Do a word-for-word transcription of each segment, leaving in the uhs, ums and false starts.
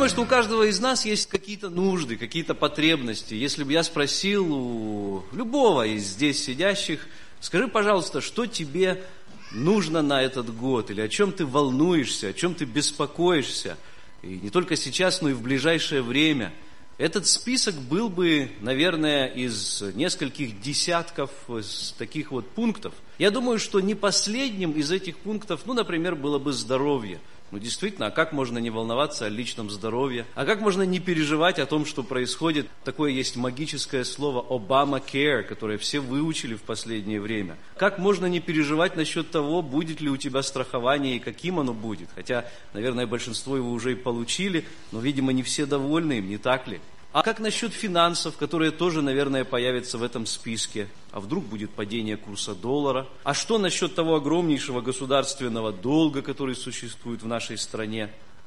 думаю, что у каждого из нас есть какие-то нужды, какие-то потребности. Если бы я спросил у любого из здесь сидящих, скажи, пожалуйста, что тебе нужно на этот год, или о чем ты волнуешься, о чем ты беспокоишься, и не только сейчас, но и в ближайшее время. Этот список был бы, наверное, из нескольких десятков из таких вот пунктов. Я думаю, что не последним из этих пунктов, ну, например, было бы здоровье. Ну, действительно, а как можно не волноваться о личном здоровье? А как можно не переживать о том, что происходит? Такое есть магическое слово Obamacare, которое все выучили в последнее время. Как можно не переживать насчет того, будет ли у тебя страхование и каким оно будет? Хотя, наверное, большинство его уже и получили, но, видимо, не все довольны им, не так ли? А как насчет финансов, которые тоже, наверное, появятся в этом списке? А вдруг будет падение курса доллара? А что насчет того огромнейшего государственного долга, который существует в нашей стране?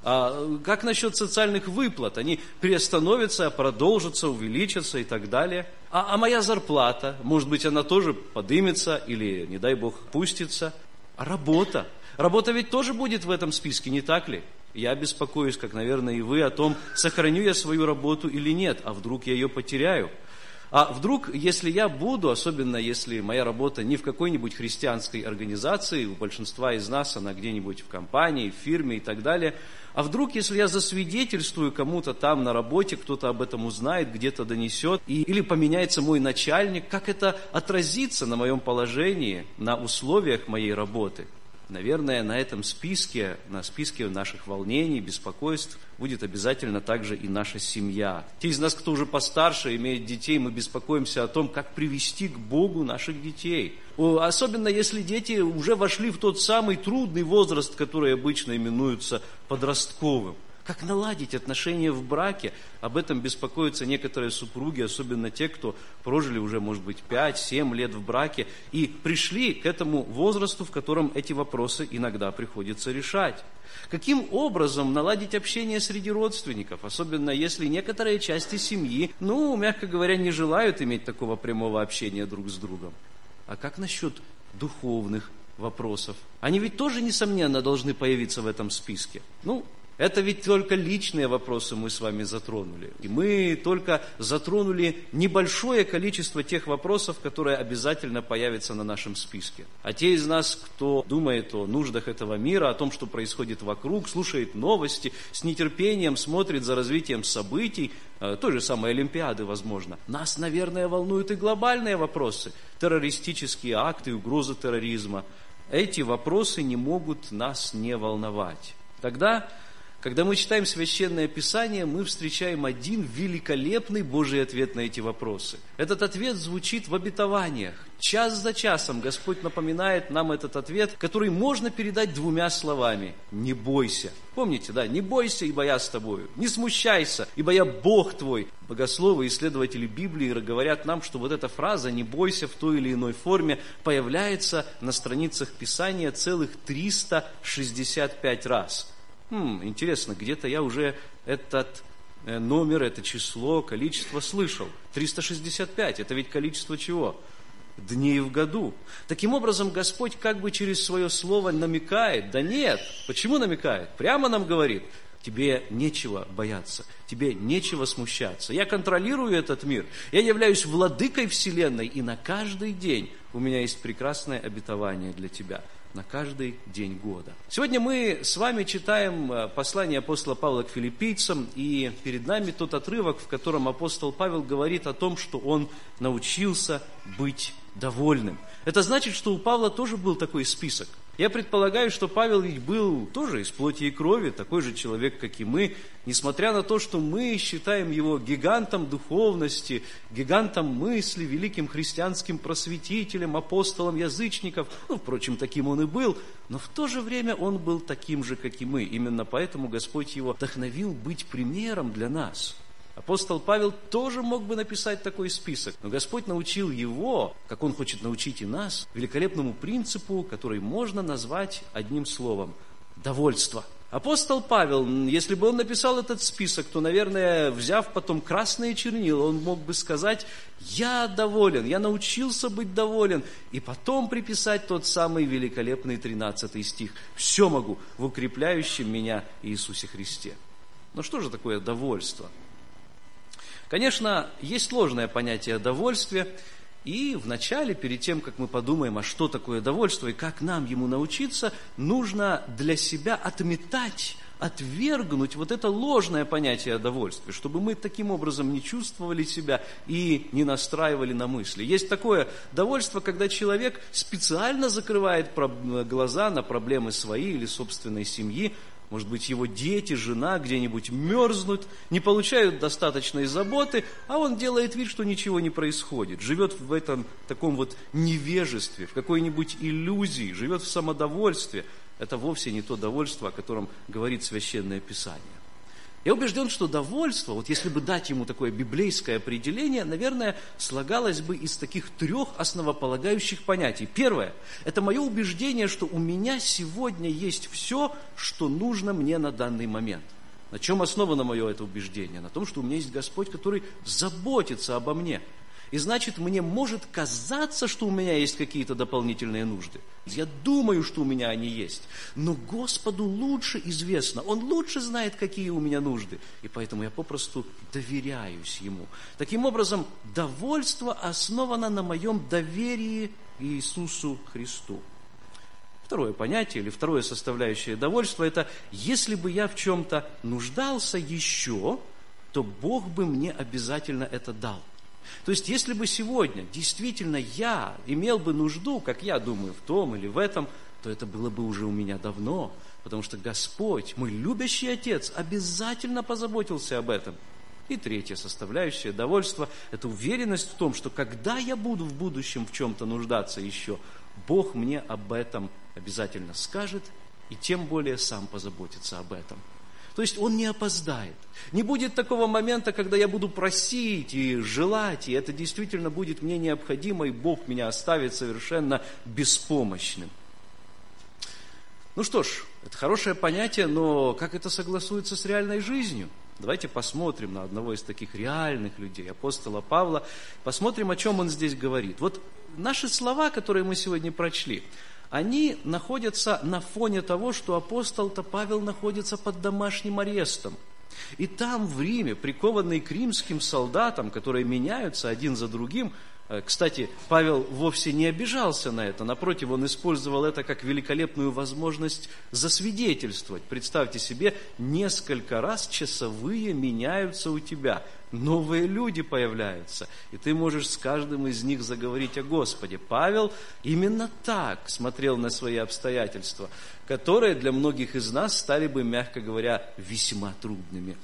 А как насчет социальных выплат? Они приостановятся, продолжатся, увеличатся и так далее. А, а моя зарплата? Может быть, она тоже подымется или, не дай Бог, пустится? А работа? Работа ведь тоже будет в этом списке, не так ли? Я беспокоюсь, как, наверное, и вы, о том, сохраню я свою работу или нет, а вдруг я ее потеряю. А вдруг, если я буду, особенно если моя работа не в какой-нибудь христианской организации, у большинства из нас она где-нибудь в компании, в фирме и так далее, а вдруг, если я засвидетельствую кому-то там на работе, кто-то об этом узнает, где-то донесет, и, или поменяется мой начальник, как это отразится на моем положении, на условиях моей работы? Наверное, на этом списке, на списке наших волнений, беспокойств будет обязательно также и наша семья. Те из нас, кто уже постарше, имеет детей, мы беспокоимся о том, как привести к Богу наших детей. Особенно если дети уже вошли в тот самый трудный возраст, который обычно именуется подростковым. Как наладить отношения в браке? Об этом беспокоятся некоторые супруги, особенно те, кто прожили уже, может быть, пять-семь лет в браке и пришли к этому возрасту, в котором эти вопросы иногда приходится решать. Каким образом наладить общение среди родственников, особенно если некоторые части семьи, ну, мягко говоря, не желают иметь такого прямого общения друг с другом? А как насчет духовных вопросов? Они ведь тоже, несомненно, должны появиться в этом списке. Ну, это ведь только личные вопросы мы с вами затронули. И мы только затронули небольшое количество тех вопросов, которые обязательно появятся на нашем списке. А те из нас, кто думает о нуждах этого мира, о том, что происходит вокруг, слушает новости, с нетерпением смотрит за развитием событий, той же самой Олимпиады, возможно. Нас, наверное, волнуют и глобальные вопросы. Террористические акты, угрозы терроризма. Эти вопросы не могут нас не волновать. Тогда... Когда мы читаем Священное Писание, мы встречаем один великолепный Божий ответ на эти вопросы. Этот ответ звучит в обетованиях. Час за часом Господь напоминает нам этот ответ, который можно передать двумя словами. «Не бойся». Помните, да? «Не бойся, ибо я с тобою». «Не смущайся, ибо я Бог твой». Богословы, исследователи Библии говорят нам, что вот эта фраза «не бойся» в той или иной форме появляется на страницах Писания целых триста шестьдесят пять раз. Хм, интересно, где-то я уже этот э, номер, это число, количество слышал. триста шестьдесят пять, это ведь количество чего? Дней в году. Таким образом, Господь как бы через свое слово намекает. Да нет, почему намекает? Прямо нам говорит, тебе нечего бояться, тебе нечего смущаться. Я контролирую этот мир, я являюсь владыкой вселенной, и на каждый день у меня есть прекрасное обетование для тебя. На каждый день года. Сегодня мы с вами читаем послание апостола Павла к филиппийцам, и перед нами тот отрывок, в котором апостол Павел говорит о том, что он научился быть довольным. Это значит, что у Павла тоже был такой список. Я предполагаю, что Павел ведь был тоже из плоти и крови, такой же человек, как и мы, несмотря на то, что мы считаем его гигантом духовности, гигантом мысли, великим христианским просветителем, апостолом язычников, ну, впрочем, таким он и был, но в то же время он был таким же, как и мы. Именно поэтому Господь его вдохновил быть примером для нас. Апостол Павел тоже мог бы написать такой список, но Господь научил его, как Он хочет научить и нас, великолепному принципу, который можно назвать одним словом – довольство. Апостол Павел, если бы он написал этот список, то, наверное, взяв потом красные чернила, он мог бы сказать: «Я доволен, я научился быть доволен», и потом приписать тот самый великолепный тринадцатый стих: «Все могу в укрепляющем меня Иисусе Христе». Но что же такое довольство? Конечно, есть сложное понятие довольствия, и вначале, перед тем, как мы подумаем, а что такое довольство и как нам ему научиться, нужно для себя отметать, отвергнуть вот это ложное понятие о довольстве, чтобы мы таким образом не чувствовали себя и не настраивали на мысли. Есть такое довольство, когда человек специально закрывает глаза на проблемы своей или собственной семьи. Может быть, его дети, жена где-нибудь мерзнут, не получают достаточной заботы, а он делает вид, что ничего не происходит. Живет в этом таком вот невежестве, в какой-нибудь иллюзии, живет в самодовольстве. Это вовсе не то довольство, о котором говорит Священное Писание. Я убежден, что довольство, вот если бы дать ему такое библейское определение, наверное, слагалось бы из таких трех основополагающих понятий. Первое – это мое убеждение, что у меня сегодня есть все, что нужно мне на данный момент. На чем основано мое это убеждение? На том, что у меня есть Господь, который заботится обо мне. И значит, мне может казаться, что у меня есть какие-то дополнительные нужды. Я думаю, что у меня они есть. Но Господу лучше известно. Он лучше знает, какие у меня нужды. И поэтому я попросту доверяюсь Ему. Таким образом, довольство основано на моем доверии Иисусу Христу. Второе понятие или второе составляющее довольства – это если бы я в чем-то нуждался еще, то Бог бы мне обязательно это дал. То есть, если бы сегодня действительно я имел бы нужду, как я думаю, в том или в этом, то это было бы уже у меня давно, потому что Господь, мой любящий Отец, обязательно позаботился об этом. И третья составляющая довольства – это уверенность в том, что когда я буду в будущем в чем-то нуждаться еще, Бог мне об этом обязательно скажет и тем более сам позаботится об этом. То есть Он не опоздает. Не будет такого момента, когда я буду просить и желать, и это действительно будет мне необходимо, и Бог меня оставит совершенно беспомощным. Ну что ж, это хорошее понятие, но как это согласуется с реальной жизнью? Давайте посмотрим на одного из таких реальных людей, апостола Павла, посмотрим, о чем он здесь говорит. Вот наши слова, которые мы сегодня прочли, они находятся на фоне того, что апостол-то Павел находится под домашним арестом. И там, в Риме, прикованный к римским солдатам, которые меняются один за другим, кстати, Павел вовсе не обижался на это, напротив, он использовал это как великолепную возможность засвидетельствовать. Представьте себе, несколько раз часовые меняются у тебя, новые люди появляются, и ты можешь с каждым из них заговорить о Господе. Павел именно так смотрел на свои обстоятельства, которые для многих из нас стали бы, мягко говоря, весьма трудными.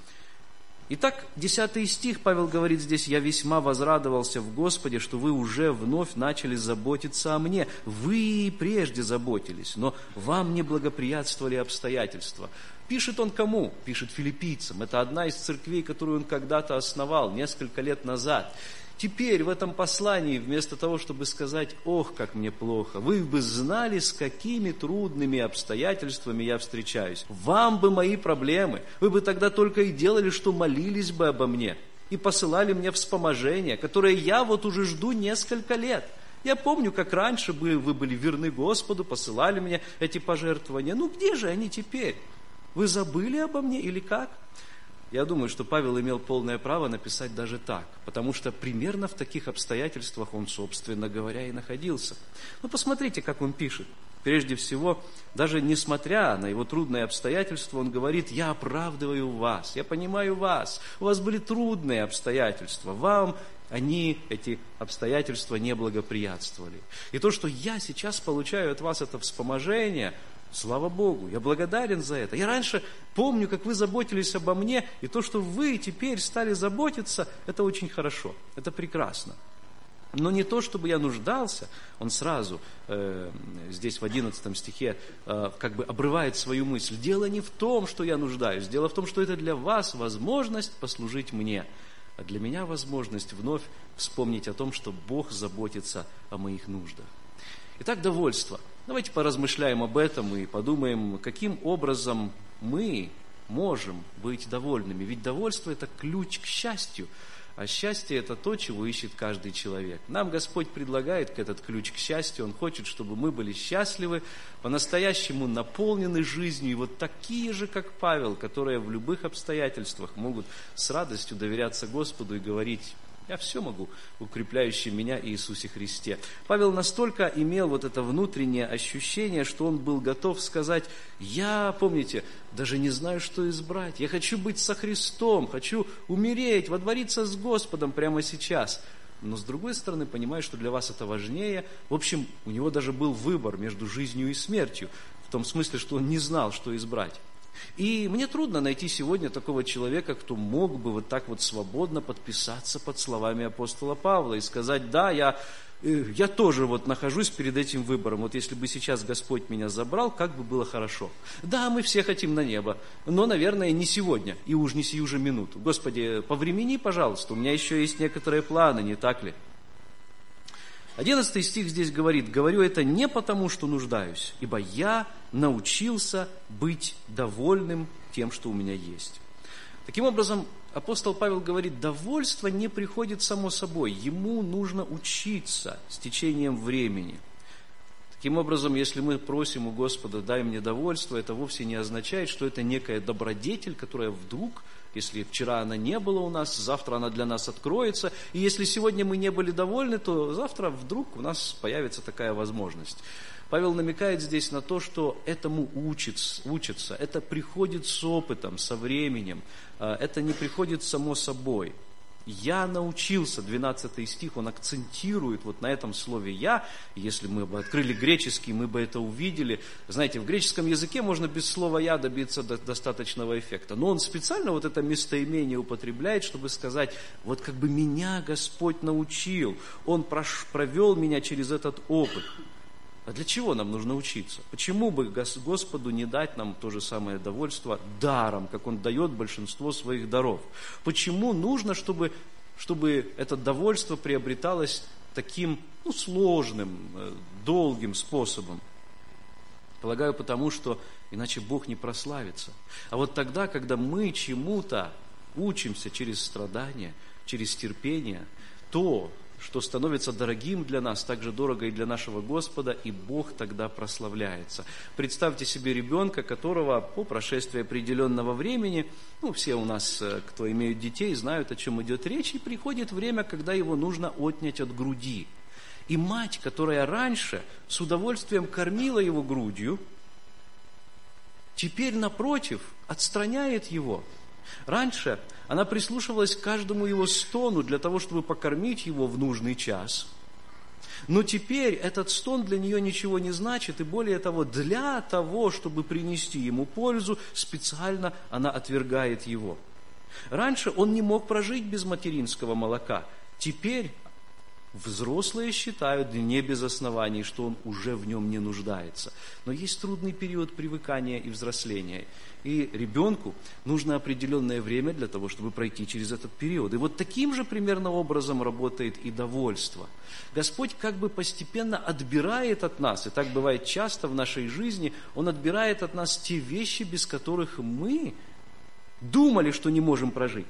Итак, десятый стих, Павел говорит здесь: «Я весьма возрадовался в Господе, что вы уже вновь начали заботиться о мне. Вы и прежде заботились, но вам не благоприятствовали обстоятельства». Пишет он кому? Пишет филиппийцам. Это одна из церквей, которую он когда-то основал, несколько лет назад. Теперь в этом послании, вместо того, чтобы сказать: «Ох, как мне плохо», вы бы знали, с какими трудными обстоятельствами я встречаюсь. Вам бы мои проблемы, вы бы тогда только и делали, что молились бы обо мне и посылали мне вспоможения, которые я вот уже жду несколько лет. Я помню, как раньше вы, вы были верны Господу, посылали мне эти пожертвования. Ну где же они теперь? Вы забыли обо мне или как? Я думаю, что Павел имел полное право написать даже так, потому что примерно в таких обстоятельствах он, собственно говоря, и находился. Ну, посмотрите, как он пишет. Прежде всего, даже несмотря на его трудные обстоятельства, он говорит: «Я оправдываю вас, я понимаю вас, у вас были трудные обстоятельства, вам они, эти обстоятельства, не благоприятствовали. И то, что я сейчас получаю от вас это вспоможение, слава Богу, я благодарен за это. Я раньше помню, как вы заботились обо мне, и то, что вы теперь стали заботиться, это очень хорошо, это прекрасно. Но не то, чтобы я нуждался». Он сразу э, здесь в одиннадцатом стихе э, как бы обрывает свою мысль. «Дело не в том, что я нуждаюсь, дело в том, что это для вас возможность послужить мне, а для меня возможность вновь вспомнить о том, что Бог заботится о моих нуждах». Итак, довольство. Давайте поразмышляем об этом и подумаем, каким образом мы можем быть довольными. Ведь довольство – это ключ к счастью. А счастье – это то, чего ищет каждый человек. Нам Господь предлагает этот ключ к счастью. Он хочет, чтобы мы были счастливы, по-настоящему наполнены жизнью. И вот такие же, как Павел, которые в любых обстоятельствах могут с радостью доверяться Господу и говорить: «Я все могу, укрепляющий меня Иисусе Христе». Павел настолько имел вот это внутреннее ощущение, что он был готов сказать: «Я, помните, даже не знаю, что избрать. Я хочу быть со Христом, хочу умереть, водвориться с Господом прямо сейчас». Но с другой стороны, понимаю, что для вас это важнее. В общем, у него даже был выбор между жизнью и смертью, в том смысле, что он не знал, что избрать. И мне трудно найти сегодня такого человека, кто мог бы вот так вот свободно подписаться под словами апостола Павла и сказать: да, я, я тоже вот нахожусь перед этим выбором. Вот если бы сейчас Господь меня забрал, как бы было хорошо. Да, мы все хотим на небо, но, наверное, не сегодня, и уж не сию же минуту. Господи, повремени, пожалуйста, у меня еще есть некоторые планы, не так ли? Одиннадцатый стих здесь говорит: «Говорю это не потому, что нуждаюсь, ибо я научился быть довольным тем, что у меня есть». Таким образом, апостол Павел говорит, довольство не приходит само собой, ему нужно учиться с течением времени. Таким образом, если мы просим у Господа: «Дай мне довольство», это вовсе не означает, что это некая добродетель, которая вдруг, если вчера она не была у нас, завтра она для нас откроется. И если сегодня мы не были довольны, то завтра вдруг у нас появится такая возможность. Павел намекает здесь на то, что этому учится, учится. Это приходит с опытом, со временем. Это не приходит само собой. «Я научился», двенадцатый стих, он акцентирует вот на этом слове «я». Если мы бы открыли греческий, мы бы это увидели. Знаете, в греческом языке можно без слова «я» добиться до достаточного эффекта. Но он специально вот это местоимение употребляет, чтобы сказать: вот как бы меня Господь научил, Он прош, провел меня через этот опыт. А для чего нам нужно учиться? Почему бы Господу не дать нам то же самое довольство даром, как Он дает большинство своих даров? Почему нужно, чтобы, чтобы это довольство приобреталось таким ну, сложным, долгим способом? Полагаю, потому что иначе Бог не прославится. А вот тогда, когда мы чему-то учимся через страдания, через терпение, то, что становится дорогим для нас, так же дорого и для нашего Господа, и Бог тогда прославляется. Представьте себе ребенка, которого по прошествии определенного времени, ну, все у нас, кто имеют детей, знают, о чем идет речь, и приходит время, когда его нужно отнять от груди. И мать, которая раньше с удовольствием кормила его грудью, теперь, напротив, отстраняет его. Раньше она прислушивалась к каждому его стону для того, чтобы покормить его в нужный час. Но теперь этот стон для нее ничего не значит, и более того, для того, чтобы принести ему пользу, специально она отвергает его. Раньше он не мог прожить без материнского молока. Теперь взрослые считают, не без оснований, что он уже в нем не нуждается. Но есть трудный период привыкания и взросления. И ребенку нужно определенное время для того, чтобы пройти через этот период. И вот таким же примерно образом работает и довольство. Господь как бы постепенно отбирает от нас, и так бывает часто в нашей жизни, Он отбирает от нас те вещи, без которых мы думали, что не можем прожить.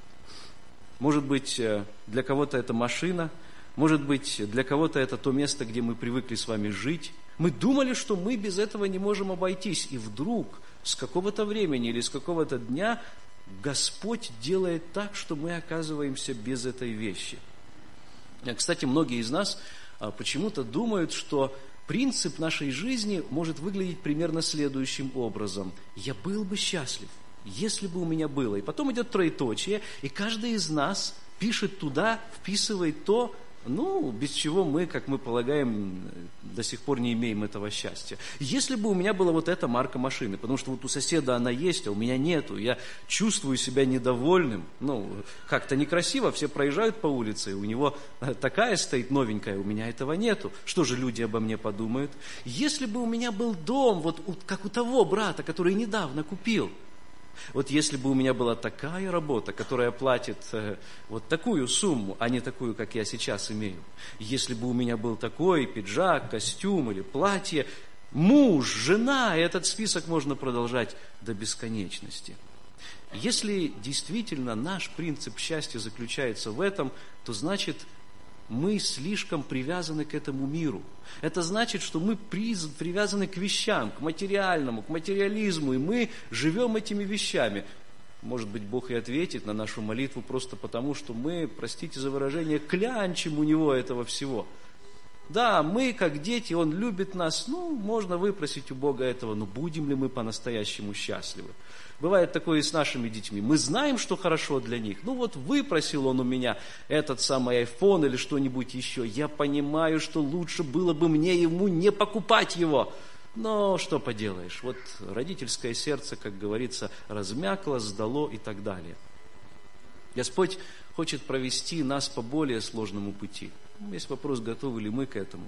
Может быть, для кого-то это машина, может быть, для кого-то это то место, где мы привыкли с вами жить. Мы думали, что мы без этого не можем обойтись. И вдруг, с какого-то времени или с какого-то дня, Господь делает так, что мы оказываемся без этой вещи. Кстати, многие из нас почему-то думают, что принцип нашей жизни может выглядеть примерно следующим образом. Я был бы счастлив, если бы у меня было. И потом идет троеточие, и каждый из нас пишет туда, вписывает то, ну, без чего мы, как мы полагаем, до сих пор не имеем этого счастья. Если бы у меня была вот эта марка машины, потому что вот у соседа она есть, а у меня нету, я чувствую себя недовольным, ну, как-то некрасиво, все проезжают по улице, и у него такая стоит новенькая, у меня этого нету. Что же люди обо мне подумают? Если бы у меня был дом, вот как у того брата, который недавно купил, вот если бы у меня была такая работа, которая платит э, вот такую сумму, а не такую, как я сейчас имею, если бы у меня был такой пиджак, костюм или платье, муж, жена, и этот список можно продолжать до бесконечности. Если действительно наш принцип счастья заключается в этом, то значит, мы слишком привязаны к этому миру. Это значит, что мы привязаны к вещам, к материальному, к материализму, и мы живем этими вещами. Может быть, Бог и ответит на нашу молитву просто потому, что мы, простите за выражение, клянчим у Него этого всего. Да, мы, как дети, Он любит нас, ну, можно выпросить у Бога этого, но будем ли мы по-настоящему счастливы? Бывает такое и с нашими детьми. Мы знаем, что хорошо для них. Ну вот выпросил он у меня этот самый айфон или что-нибудь еще. Я понимаю, что лучше было бы мне ему не покупать его. Но что поделаешь, вот родительское сердце, как говорится, размякло, сдало и так далее. Господь хочет провести нас по более сложному пути. Есть вопрос, готовы ли мы к этому.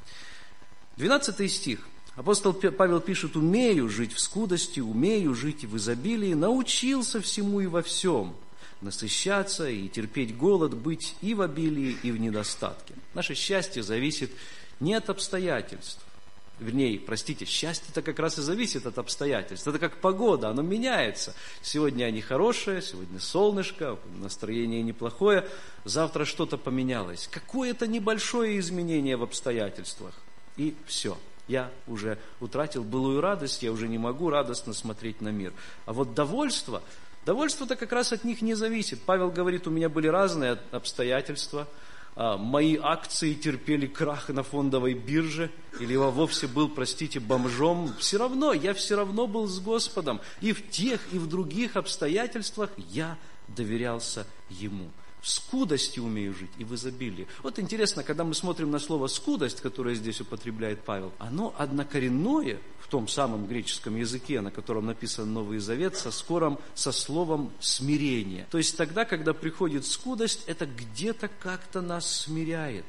двенадцатый стих. Апостол Павел пишет: «Умею жить в скудости, умею жить и в изобилии, научился всему и во всем, насыщаться и терпеть голод, быть и в обилии, и в недостатке». Наше счастье зависит не от обстоятельств. Вернее, простите, счастье-то как раз и зависит от обстоятельств. Это как погода, оно меняется. Сегодня они хорошие, сегодня солнышко, настроение неплохое, завтра что-то поменялось. Какое-то небольшое изменение в обстоятельствах, и все. Я уже утратил былую радость, я уже не могу радостно смотреть на мир. А вот довольство, довольство-то как раз от них не зависит. Павел говорит, у меня были разные обстоятельства, мои акции терпели крах на фондовой бирже, или я вовсе был, простите, бомжом. Все равно, я все равно был с Господом. И в тех, и в других обстоятельствах я доверялся Ему. В скудости умею жить и в изобилии. Вот интересно, когда мы смотрим на слово «скудость», которое здесь употребляет Павел, оно однокоренное в том самом греческом языке, на котором написан Новый Завет, со, скором, со словом «смирение». То есть тогда, когда приходит скудость, это где-то как-то нас смиряет.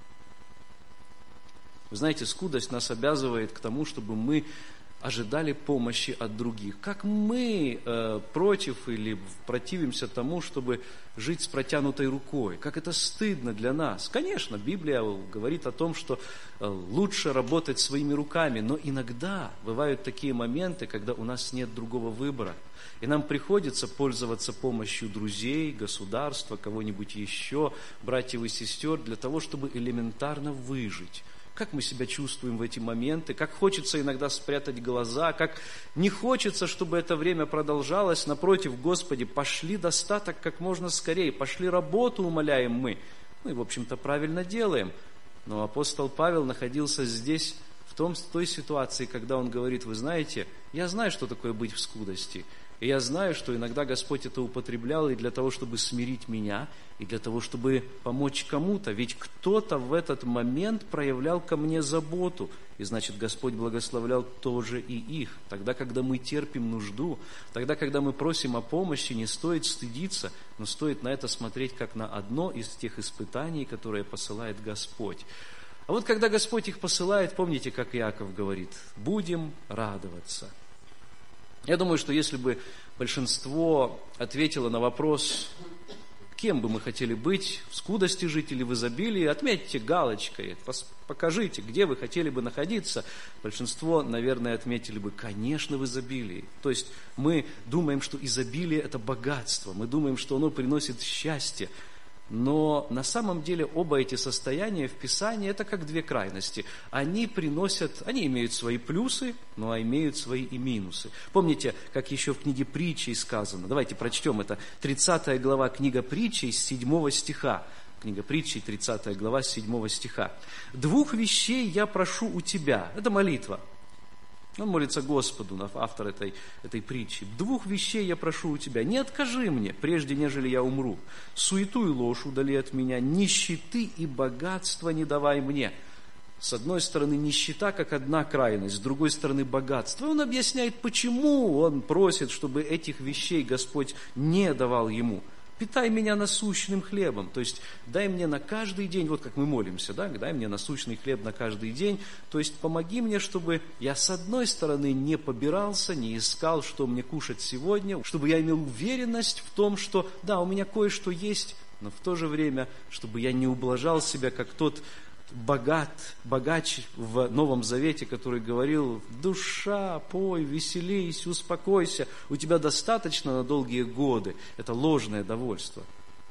Вы знаете, скудость нас обязывает к тому, чтобы мы ожидали помощи от других. Как мы э, против или противимся тому, чтобы жить с протянутой рукой? Как это стыдно для нас? Конечно, Библия говорит о том, что э, лучше работать своими руками, но иногда бывают такие моменты, когда у нас нет другого выбора, и нам приходится пользоваться помощью друзей, государства, кого-нибудь еще, братьев и сестер, для того, чтобы элементарно выжить. Как мы себя чувствуем в эти моменты, как хочется иногда спрятать глаза, как не хочется, чтобы это время продолжалось. Напротив, Господи, пошли достаток как можно скорее, пошли работу, умоляем мы. Ну и, в общем-то, правильно делаем. Но апостол Павел находился здесь, в, том, в той ситуации, когда он говорит, вы знаете, я знаю, что такое быть в скудости. И я знаю, что иногда Господь это употреблял и для того, чтобы смирить меня, и для того, чтобы помочь кому-то. Ведь кто-то в этот момент проявлял ко мне заботу. И значит, Господь благословлял тоже и их. Тогда, когда мы терпим нужду, тогда, когда мы просим о помощи, не стоит стыдиться, но стоит на это смотреть как на одно из тех испытаний, которые посылает Господь. А вот когда Господь их посылает, помните, как Иаков говорит, будем радоваться. Я думаю, что если бы большинство ответило на вопрос, кем бы мы хотели быть, в скудости жить или в изобилии, отметьте галочкой, покажите, где вы хотели бы находиться. Большинство, наверное, отметили бы, конечно, в изобилии. То есть мы думаем, что изобилие – это богатство, мы думаем, что оно приносит счастье. Но на самом деле оба эти состояния в Писании – это как две крайности. Они приносят, они имеют свои плюсы, но имеют свои и минусы. Помните, как еще в книге Притчей сказано? Давайте прочтем это. тридцатая глава книга Притчей с седьмого стиха. Книга Притчей, тридцатая глава с седьмого стиха. «Двух вещей я прошу у тебя». Это молитва. Он молится Господу, автор этой, этой притчи. «Двух вещей я прошу у тебя. Не откажи мне, прежде нежели я умру. Суету и ложь удали от меня. Нищеты и богатства не давай мне». С одной стороны, нищета как одна крайность, с другой стороны, богатство. И он объясняет, почему он просит, чтобы этих вещей Господь не давал ему. «Питай меня насущным хлебом», то есть дай мне на каждый день, вот как мы молимся, да, дай мне насущный хлеб на каждый день, то есть помоги мне, чтобы я с одной стороны не побирался, не искал, что мне кушать сегодня, чтобы я имел уверенность в том, что да, у меня кое-что есть, но в то же время, чтобы я не ублажал себя, как тот богат, богач в Новом Завете, который говорил: душа, пой, веселись, успокойся, у тебя достаточно на долгие годы. Это ложное довольство.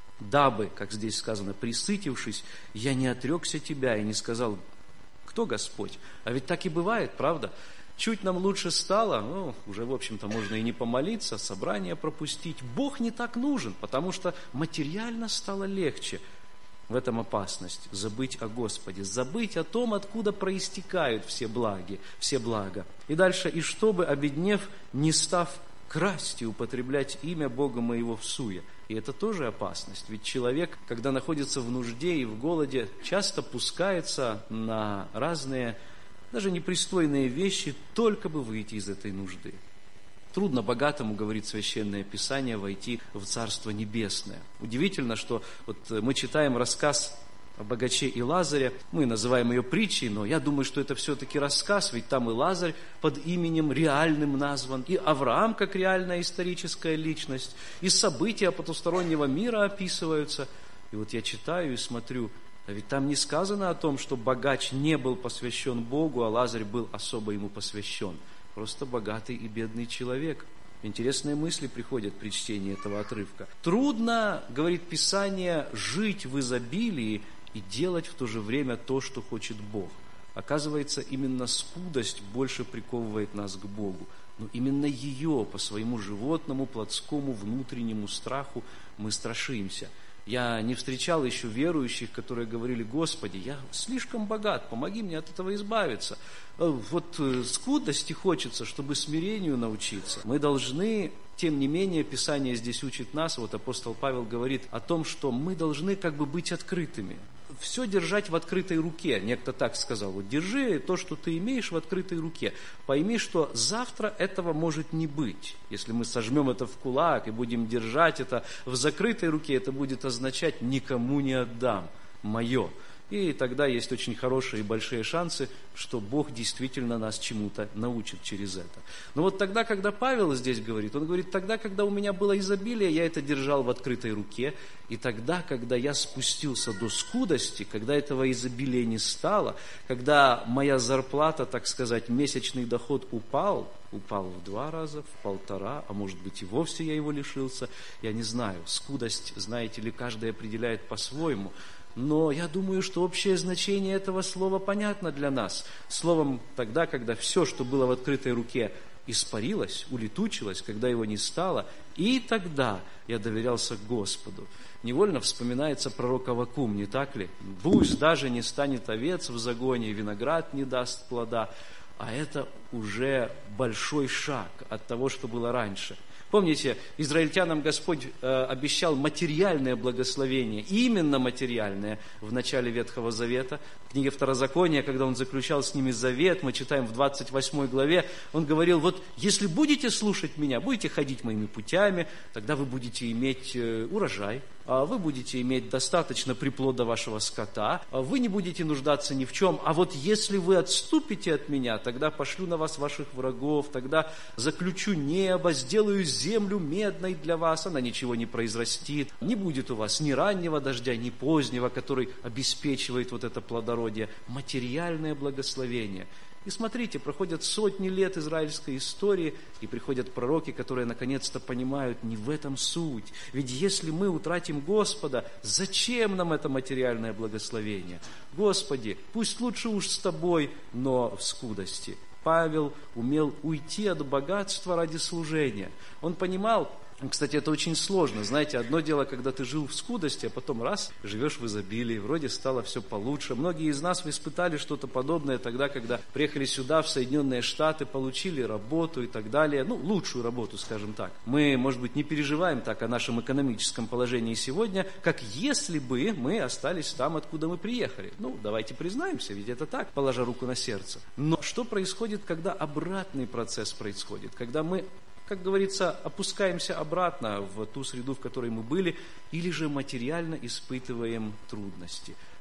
Дабы, как здесь сказано, присытившись, я не отрекся тебя и не сказал: кто Господь? А ведь так и бывает, правда? Чуть нам лучше стало, ну, уже, в общем-то, можно и не помолиться, собрание пропустить. Бог не так нужен, потому что материально стало легче. В этом опасность – забыть о Господе, забыть о том, откуда проистекают все благи, все блага. И дальше: и чтобы, обеднев, не став красть и употреблять имя Бога моего всуе. И это тоже опасность, ведь человек, когда находится в нужде и в голоде, часто пускается на разные, даже непристойные вещи, только бы выйти из этой нужды. Трудно богатому, говорит Священное Писание, войти в Царство Небесное. Удивительно, что вот мы читаем рассказ о богаче и Лазаре, мы называем ее притчей, но я думаю, что это все-таки рассказ, ведь там и Лазарь под именем реальным назван, и Авраам как реальная историческая личность, и события потустороннего мира описываются. И вот я читаю и смотрю, а ведь там не сказано о том, что богач не был посвящен Богу, а Лазарь был особо ему посвящен. Просто богатый и бедный человек. Интересные мысли приходят при чтении этого отрывка. Трудно, говорит Писание, жить в изобилии и делать в то же время то, что хочет Бог. Оказывается, именно скудость больше приковывает нас к Богу. Но именно ее по своему животному, плотскому, внутреннему страху мы страшимся. Я не встречал еще верующих, которые говорили: Господи, я слишком богат, помоги мне от этого избавиться. Вот скудости хочется, чтобы смирению научиться. Мы должны, тем не менее, Писание здесь учит нас, вот апостол Павел говорит о том, что мы должны как бы быть открытыми. Все держать в открытой руке. Некто так сказал: вот держи то, что ты имеешь, в открытой руке. Пойми, что завтра этого может не быть. Если мы сожмем это в кулак и будем держать это в закрытой руке, это будет означать: никому не отдам, мое. И тогда есть очень хорошие и большие шансы, что Бог действительно нас чему-то научит через это. Но вот тогда, когда Павел здесь говорит, он говорит: тогда, когда у меня было изобилие, я это держал в открытой руке, и тогда, когда я спустился до скудости, когда этого изобилия не стало, когда моя зарплата, так сказать, месячный доход упал, упал в два раза, в полтора, а может быть и вовсе я его лишился, я не знаю. Скудость, знаете ли, каждый определяет по-своему. Но я думаю, что общее значение этого слова понятно для нас. Словом, тогда, когда все, что было в открытой руке, испарилось, улетучилось, когда его не стало, и тогда я доверялся Господу. Невольно вспоминается пророк Аввакум, не так ли? «Пусть даже не станет овец в загоне, и виноград не даст плода». А это уже большой шаг от того, что было раньше. Помните, израильтянам Господь э, обещал материальное благословение, именно материальное, в начале Ветхого Завета. В книге Второзакония, когда Он заключал с ними завет, мы читаем в двадцать восьмой главе, Он говорил: вот если будете слушать Меня, будете ходить Моими путями, тогда вы будете иметь э, урожай, вы будете иметь достаточно приплода вашего скота, вы не будете нуждаться ни в чем, а вот если вы отступите от Меня, тогда пошлю на вас ваших врагов, тогда заключу небо, сделаю землю медной для вас, она ничего не произрастит, не будет у вас ни раннего дождя, ни позднего, который обеспечивает вот это плодородие, материальное благословение. И смотрите, проходят сотни лет израильской истории, и приходят пророки, которые наконец-то понимают: не в этом суть. Ведь если мы утратим Господа, зачем нам это материальное благословение? Господи, пусть лучше уж с Тобой, но в скудости. Павел умел уйти от богатства ради служения. Он понимал, кстати, это очень сложно. Знаете, одно дело, когда ты жил в скудости, а потом раз, живешь в изобилии, вроде стало все получше. Многие из нас испытали что-то подобное тогда, когда приехали сюда, в Соединенные Штаты, получили работу и так далее. Ну, лучшую работу, скажем так. Мы, может быть, не переживаем так о нашем экономическом положении сегодня, как если бы мы остались там, откуда мы приехали. Ну, давайте признаемся, ведь это так, положа руку на сердце. Но что происходит, когда обратный процесс происходит? Когда мы, как говорится, опускаемся обратно в ту среду, в которой мы были, или же материально испытываем трудности.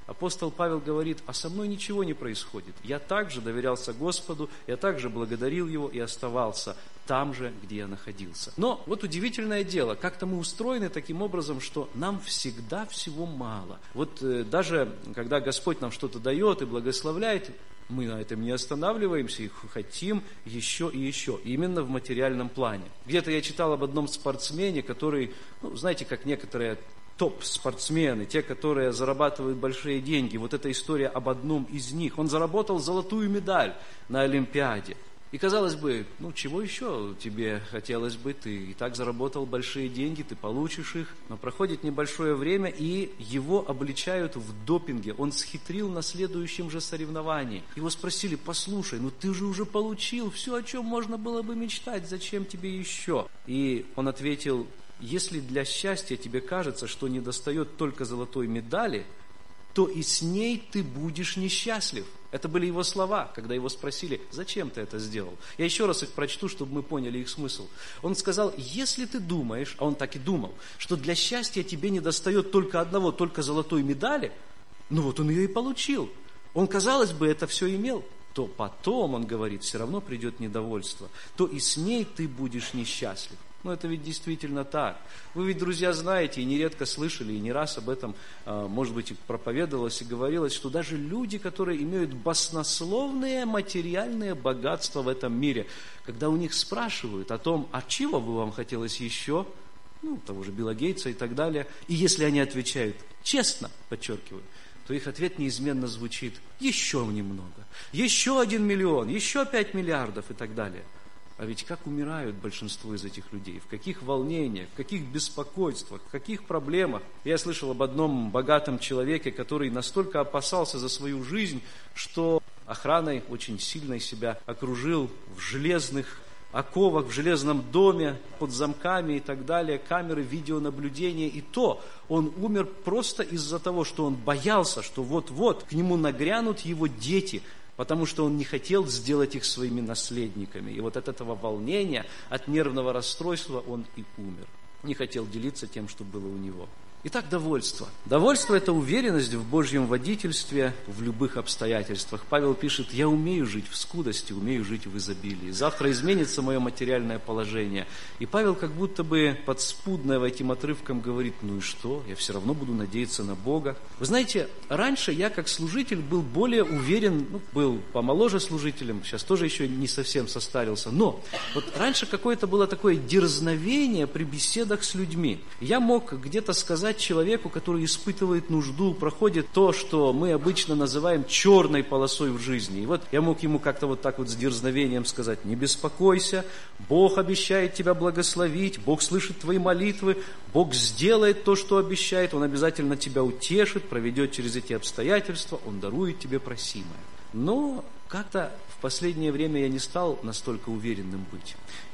апостол Павел говорит: а со мной ничего не происходит. Я также доверялся Господу, я также благодарил Его и оставался там же, где я находился. Но вот удивительное дело, как-то мы устроены таким образом, что нам всегда всего мало. Вот э, даже когда Господь нам что-то дает и благословляет, мы на этом не останавливаемся и хотим еще и еще, именно в материальном плане. Где-то я читал об одном спортсмене, который, ну, знаете, как некоторые топ-спортсмены, те, которые зарабатывают большие деньги. Вот эта история об одном из них. Он заработал золотую медаль на Олимпиаде. И казалось бы, ну чего еще тебе хотелось бы, ты и так заработал большие деньги, ты получишь их, но проходит небольшое время, и его обличают в допинге. Он схитрил на следующем же соревновании. Его спросили: послушай, ну ты же уже получил все, о чем можно было бы мечтать, зачем тебе еще? И он ответил: если для счастья тебе кажется, что недостает только золотой медали, то и с ней ты будешь несчастлив. Это были его слова, когда его спросили: зачем ты это сделал? Я еще раз их прочту, чтобы мы поняли их смысл. Он сказал: если ты думаешь, а он так и думал, что для счастья тебе недостает только одного, только золотой медали, ну вот он ее и получил. Он, казалось бы, это все имел. То потом, он говорит, все равно придет недовольство, то и с ней ты будешь несчастлив. Но это ведь действительно так. Вы ведь, друзья, знаете, и нередко слышали, и не раз об этом, может быть, и проповедовалось, и говорилось, что даже люди, которые имеют баснословные материальные богатства в этом мире, когда у них спрашивают о том, а чего бы вам хотелось еще, ну, того же Билла Гейтса и так далее, и если они отвечают честно, подчеркиваю, то их ответ неизменно звучит: еще немного, еще один миллион, еще пять миллиардов и так далее. А ведь как умирают большинство из этих людей, в каких волнениях, в каких беспокойствах, в каких проблемах. Я слышал об одном богатом человеке, который настолько опасался за свою жизнь, что охраной очень сильно себя окружил в железных оковах, в железном доме, под замками и так далее, камеры видеонаблюдения. И то он умер просто из-за того, что он боялся, что вот-вот к нему нагрянут его дети, потому что он не хотел сделать их своими наследниками. И вот от этого волнения, от нервного расстройства он и умер. Не хотел делиться тем, что было у него. Итак, довольство. Довольство – это уверенность в Божьем водительстве в любых обстоятельствах. Павел пишет: «Я умею жить в скудости, умею жить в изобилии. Завтра изменится мое материальное положение». И Павел как будто бы подспудно этим отрывком говорит: ну и что, я все равно буду надеяться на Бога. Вы знаете, раньше я как служитель был более уверен, ну, был помоложе служителем, сейчас тоже еще не совсем состарился, но вот раньше какое-то было такое дерзновение при беседах с людьми. Я мог где-то сказать человеку, который испытывает нужду, проходит то, что мы обычно называем черной полосой в жизни. И вот я мог ему как-то вот так вот с дерзновением сказать: не беспокойся, Бог обещает тебя благословить, Бог слышит твои молитвы, Бог сделает то, что обещает, Он обязательно тебя утешит, проведет через эти обстоятельства, Он дарует тебе просимое. Но как-то в последнее время я не стал настолько уверенным быть.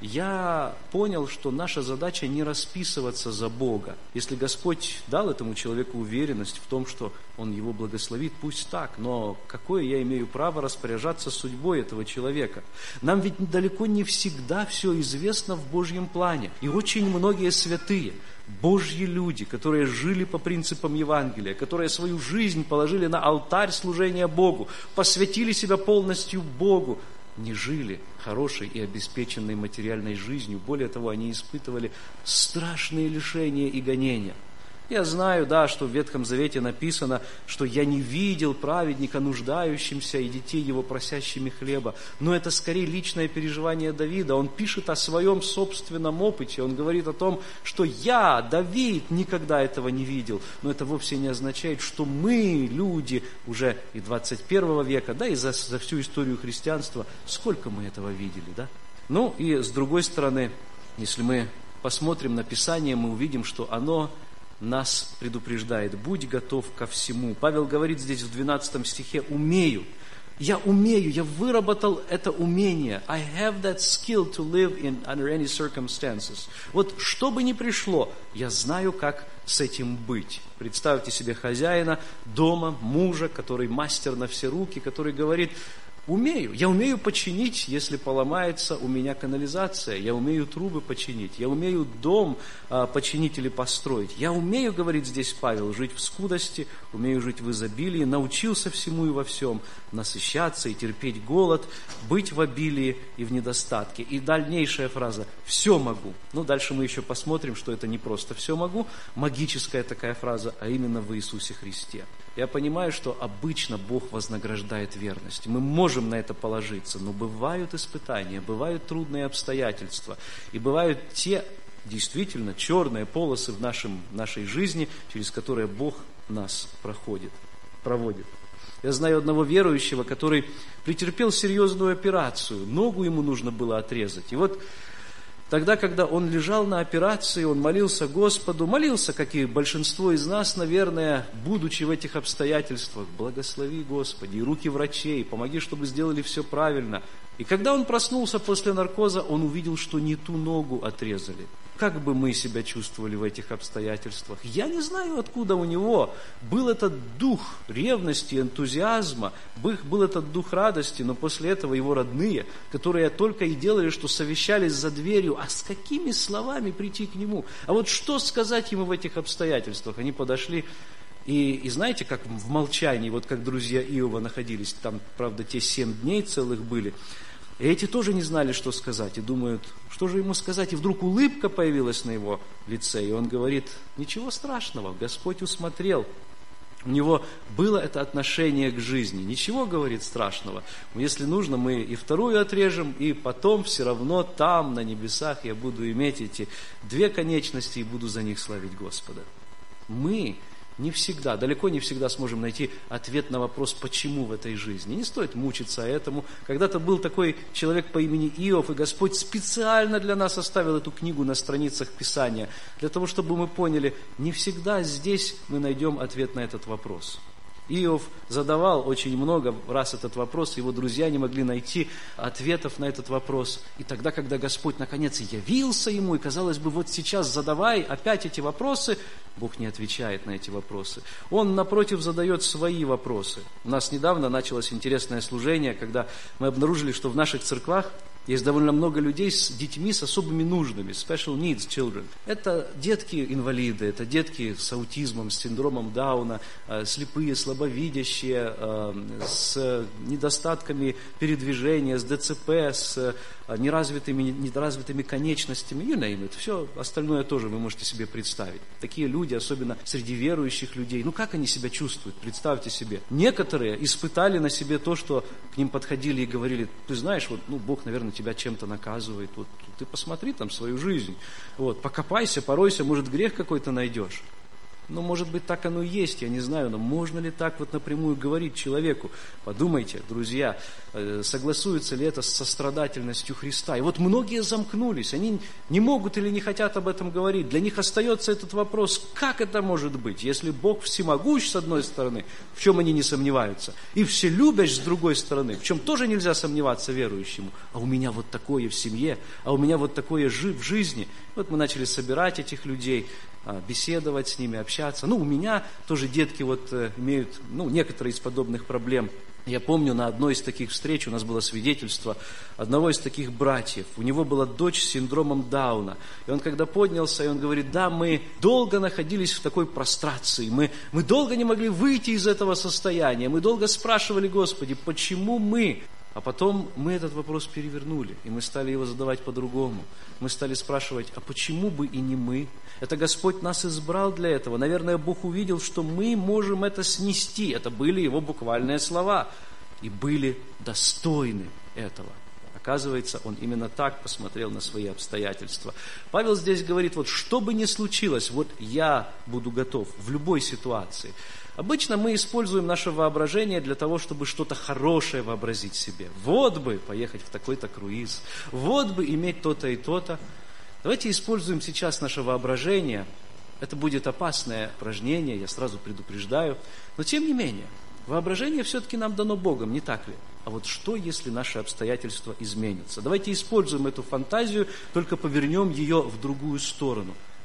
Я понял, что наша задача не расписываться за Бога. Если Господь дал этому человеку уверенность в том, что Он его благословит, пусть так, но какое я имею право распоряжаться судьбой этого человека? Нам ведь далеко не всегда все известно в Божьем плане. И очень многие святые, Божьи люди, которые жили по принципам Евангелия, которые свою жизнь положили на алтарь служения Богу, посвятили себя полностью Богу, не жили хорошей и обеспеченной материальной жизнью. Более того, они испытывали страшные лишения и гонения. Я знаю, да, что в Ветхом Завете написано, что я не видел праведника нуждающимся и детей его просящими хлеба. Но это скорее личное переживание Давида. Он пишет о своем собственном опыте. Он говорит о том, что я, Давид, никогда этого не видел. Но это вовсе не означает, что мы, люди уже и двадцать первого века, да, и за, за всю историю христианства, сколько мы этого видели, да? Ну и с другой стороны, если мы посмотрим на Писание, мы увидим, что оно нас предупреждает: будь готов ко всему. Павел говорит здесь в двенадцатом стихе: умею. Я умею, я выработал это умение. I have that skill to live in under any circumstances. Вот что бы ни пришло, я знаю, как с этим быть. Представьте себе хозяина дома, мужа, который мастер на все руки, который говорит: Умею. Я умею починить, если поломается у меня канализация. Я умею трубы починить. Я умею дом а, починить или построить. Я умею, говорит здесь Павел, жить в скудости, умею жить в изобилии, научился всему и во всем, насыщаться и терпеть голод, быть в обилии и в недостатке. И дальнейшая фраза «все могу». Ну, дальше мы еще посмотрим, что это не просто «все могу», магическая такая фраза, а именно в Иисусе Христе. Я понимаю, что обычно Бог вознаграждает верность. Мы можем на это положиться, но бывают испытания, бывают трудные обстоятельства. И бывают те, действительно, черные полосы в нашем, нашей жизни, через которые Бог нас проходит, проводит. Я знаю одного верующего, который претерпел серьезную операцию. Ногу ему нужно было отрезать. И вот тогда, когда он лежал на операции, он молился Господу, молился, как и большинство из нас, наверное, будучи в этих обстоятельствах, благослови, Господи, и руки врачей, помоги, чтобы сделали все правильно. И когда он проснулся после наркоза, он увидел, что не ту ногу отрезали. Как бы мы себя чувствовали в этих обстоятельствах? Я не знаю, откуда у него был этот дух ревности, энтузиазма, был этот дух радости, но после этого его родные, которые только и делали, что совещались за дверью, а с какими словами прийти к нему? А вот что сказать ему в этих обстоятельствах? Они подошли, и, и знаете, как в молчании, вот как друзья Иова находились, там, правда, те семь дней целых были, и эти тоже не знали, что сказать, и думают, что же ему сказать, и вдруг улыбка появилась на его лице, и он говорит, ничего страшного, Господь усмотрел. У него было это отношение к жизни. Ничего, говорит, страшного. Если нужно, мы и вторую отрежем, и потом все равно там, на небесах, я буду иметь эти две конечности и буду за них славить Господа. Мы не всегда, далеко не всегда сможем найти ответ на вопрос, почему в этой жизни. Не стоит мучиться этому. Когда-то был такой человек по имени Иов, и Господь специально для нас оставил эту книгу на страницах Писания, для того, чтобы мы поняли, не всегда здесь мы найдем ответ на этот вопрос. Иов задавал очень много раз этот вопрос, его друзья не могли найти ответов на этот вопрос. И тогда, когда Господь наконец явился ему, и казалось бы, вот сейчас задавай опять эти вопросы, Бог не отвечает на эти вопросы. Он, напротив, задает свои вопросы. У нас недавно началось интересное служение, когда мы обнаружили, что в наших церквах есть довольно много людей с детьми с особыми нуждами, special needs children. Это детки-инвалиды, это детки с аутизмом, с синдромом Дауна, слепые, слабовидящие, с недостатками передвижения, с ДЦП, с неразвитыми, неразвитыми конечностями, you name it. Все остальное тоже вы можете себе представить. Такие люди, особенно среди верующих людей, ну как они себя чувствуют, представьте себе. Некоторые испытали на себе то, что к ним подходили и говорили, ты знаешь, вот, ну, Бог, наверное, тебя чем-то наказывает, вот ты посмотри там свою жизнь, вот, покопайся, поройся, может, грех какой-то найдешь. Ну, может быть, так оно и есть, я не знаю, но можно ли так вот напрямую говорить человеку? Подумайте, друзья, согласуется ли это с сострадательностью Христа? И вот многие замкнулись, они не могут или не хотят об этом говорить. Для них остается этот вопрос, как это может быть, если Бог всемогущ, с одной стороны, в чем они не сомневаются, и вселюбящ, с другой стороны, в чем тоже нельзя сомневаться верующему. А у меня вот такое в семье, а у меня вот такое в жизни. Вот мы начали собирать этих людей, беседовать с ними, общаться. Ну, у меня тоже детки вот имеют, ну, некоторые из подобных проблем. Я помню, на одной из таких встреч у нас было свидетельство одного из таких братьев. У него была дочь с синдромом Дауна. И он когда поднялся, и он говорит, да, мы долго находились в такой прострации, мы, мы долго не могли выйти из этого состояния, мы долго спрашивали, Господи, почему мы? А потом мы этот вопрос перевернули, и мы стали его задавать по-другому. Мы стали спрашивать, а почему бы и не мы? Это Господь нас избрал для этого. Наверное, Бог увидел, что мы можем это снести. Это были Его буквальные слова. И были достойны этого. Оказывается, Он именно так посмотрел на свои обстоятельства. Павел здесь говорит, вот что бы ни случилось, вот я буду готов в любой ситуации. Обычно мы используем наше воображение для того, чтобы что-то хорошее вообразить себе. Вот бы поехать в такой-то круиз, вот бы иметь то-то и то-то. Давайте используем сейчас наше воображение. Это будет опасное упражнение, я сразу предупреждаю. Но тем не менее, воображение все-таки нам дано Богом, не так ли? А вот что, если наши обстоятельства изменятся? Давайте используем эту фантазию, только повернем ее в другую сторону.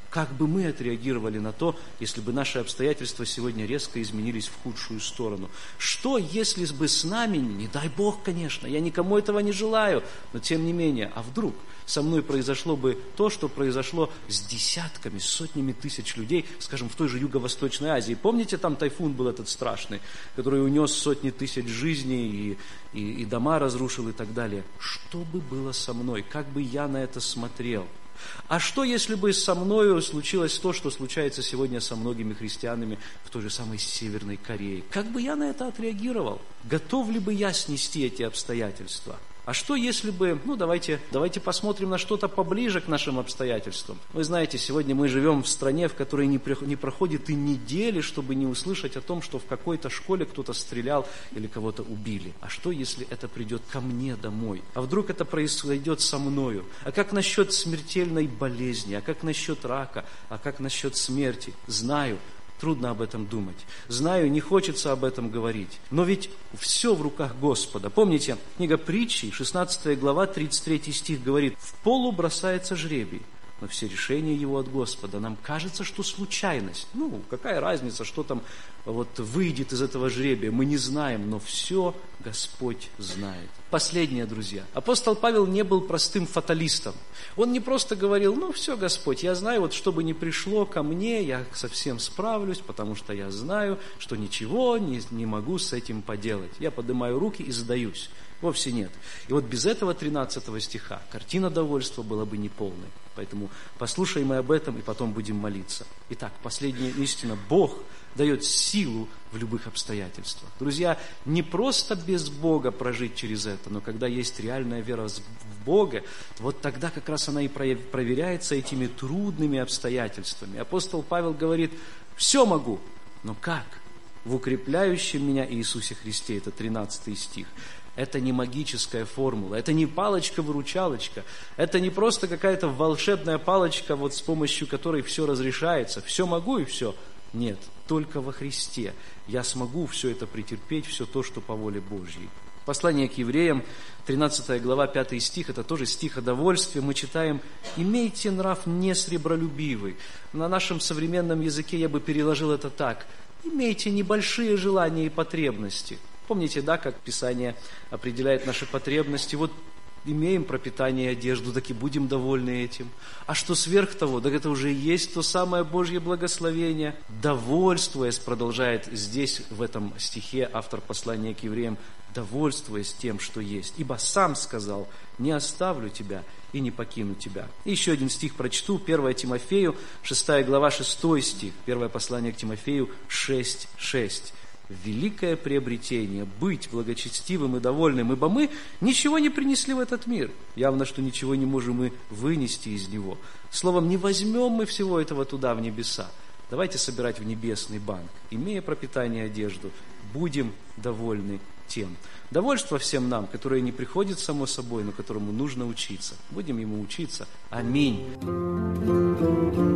Как бы мы отреагировали на то, если бы наши обстоятельства сегодня резко изменились в худшую сторону? Что, если бы с нами, не дай Бог, конечно, я никому этого не желаю, но тем не менее, а вдруг со мной произошло бы то, что произошло с десятками, сотнями тысяч людей, скажем, в той же Юго-Восточной Азии. Помните, там тайфун был этот страшный, который унес сотни тысяч жизней и, и, и дома разрушил и так далее. Что бы было со мной? Как бы я на это смотрел? А что, если бы со мною случилось то, что случается сегодня со многими христианами в той же самой Северной Корее? Как бы я на это отреагировал? Готов ли бы я снести эти обстоятельства? А что, если бы, ну давайте, давайте посмотрим на что-то поближе к нашим обстоятельствам. Вы знаете, сегодня мы живем в стране, в которой не, при, не проходит и недели, чтобы не услышать о том, что в какой-то школе кто-то стрелял или кого-то убили. А что, если это придет ко мне домой? А вдруг это произойдет со мною? А как насчет смертельной болезни? А как насчет рака? А как насчет смерти? Знаю. Трудно об этом думать. Знаю, не хочется об этом говорить. Но ведь все в руках Господа. Помните, книга Притчи, шестнадцатая глава, тридцать третий стих говорит: «В полу бросается жребий, но все решения его от Господа». Нам кажется, что случайность. Ну, какая разница, что там вот выйдет из этого жребия. Мы не знаем, но все Господь знает. Последнее, друзья. Апостол Павел не был простым фаталистом. Он не просто говорил: ну все, Господь, я знаю, вот что бы ни пришло ко мне, я совсем справлюсь, потому что я знаю, что ничего не, не могу с этим поделать. Я поднимаю руки и сдаюсь. Вовсе нет. И вот без этого тринадцатого стиха картина довольства была бы неполной. Поэтому послушаем мы об этом и потом будем молиться. Итак, последняя истина. Бог дает силу в любых обстоятельствах. Друзья, не просто без Бога прожить через это, но когда есть реальная вера в Бога, вот тогда как раз она и проверяется этими трудными обстоятельствами. Апостол Павел говорит: все могу, но как? В укрепляющем меня Иисусе Христе. Это тринадцатый стих. Это не магическая формула, это не палочка-выручалочка, это не просто какая-то волшебная палочка, вот с помощью которой все разрешается. Все могу и все. Нет, только во Христе я смогу все это претерпеть, все то, что по воле Божьей. Послание к евреям, тринадцатая глава, пятый стих, это тоже стих о довольстве. Мы читаем: «Имейте нрав не сребролюбивый». На нашем современном языке я бы переложил это так: «Имейте небольшие желания и потребности». Помните, да, как Писание определяет наши потребности? Вот имеем пропитание и одежду, так и будем довольны этим. А что сверх того? Так это уже и есть то самое Божье благословение. «Довольствуясь», продолжает здесь, в этом стихе, автор послания к евреям, «довольствуясь тем, что есть. Ибо сам сказал: не оставлю тебя и не покину тебя». И еще один стих прочту, первое Тимофею, шестая глава, шестой стих. Первое послание к Тимофею, шесть, шесть. Великое приобретение – быть благочестивым и довольным, ибо мы ничего не принесли в этот мир. Явно, что ничего не можем мы вынести из него. Словом, не возьмем мы всего этого туда, в небеса. Давайте собирать в небесный банк. Имея пропитание и одежду, будем довольны тем. Довольство всем нам, которое не приходит само собой, но которому нужно учиться. Будем ему учиться. Аминь.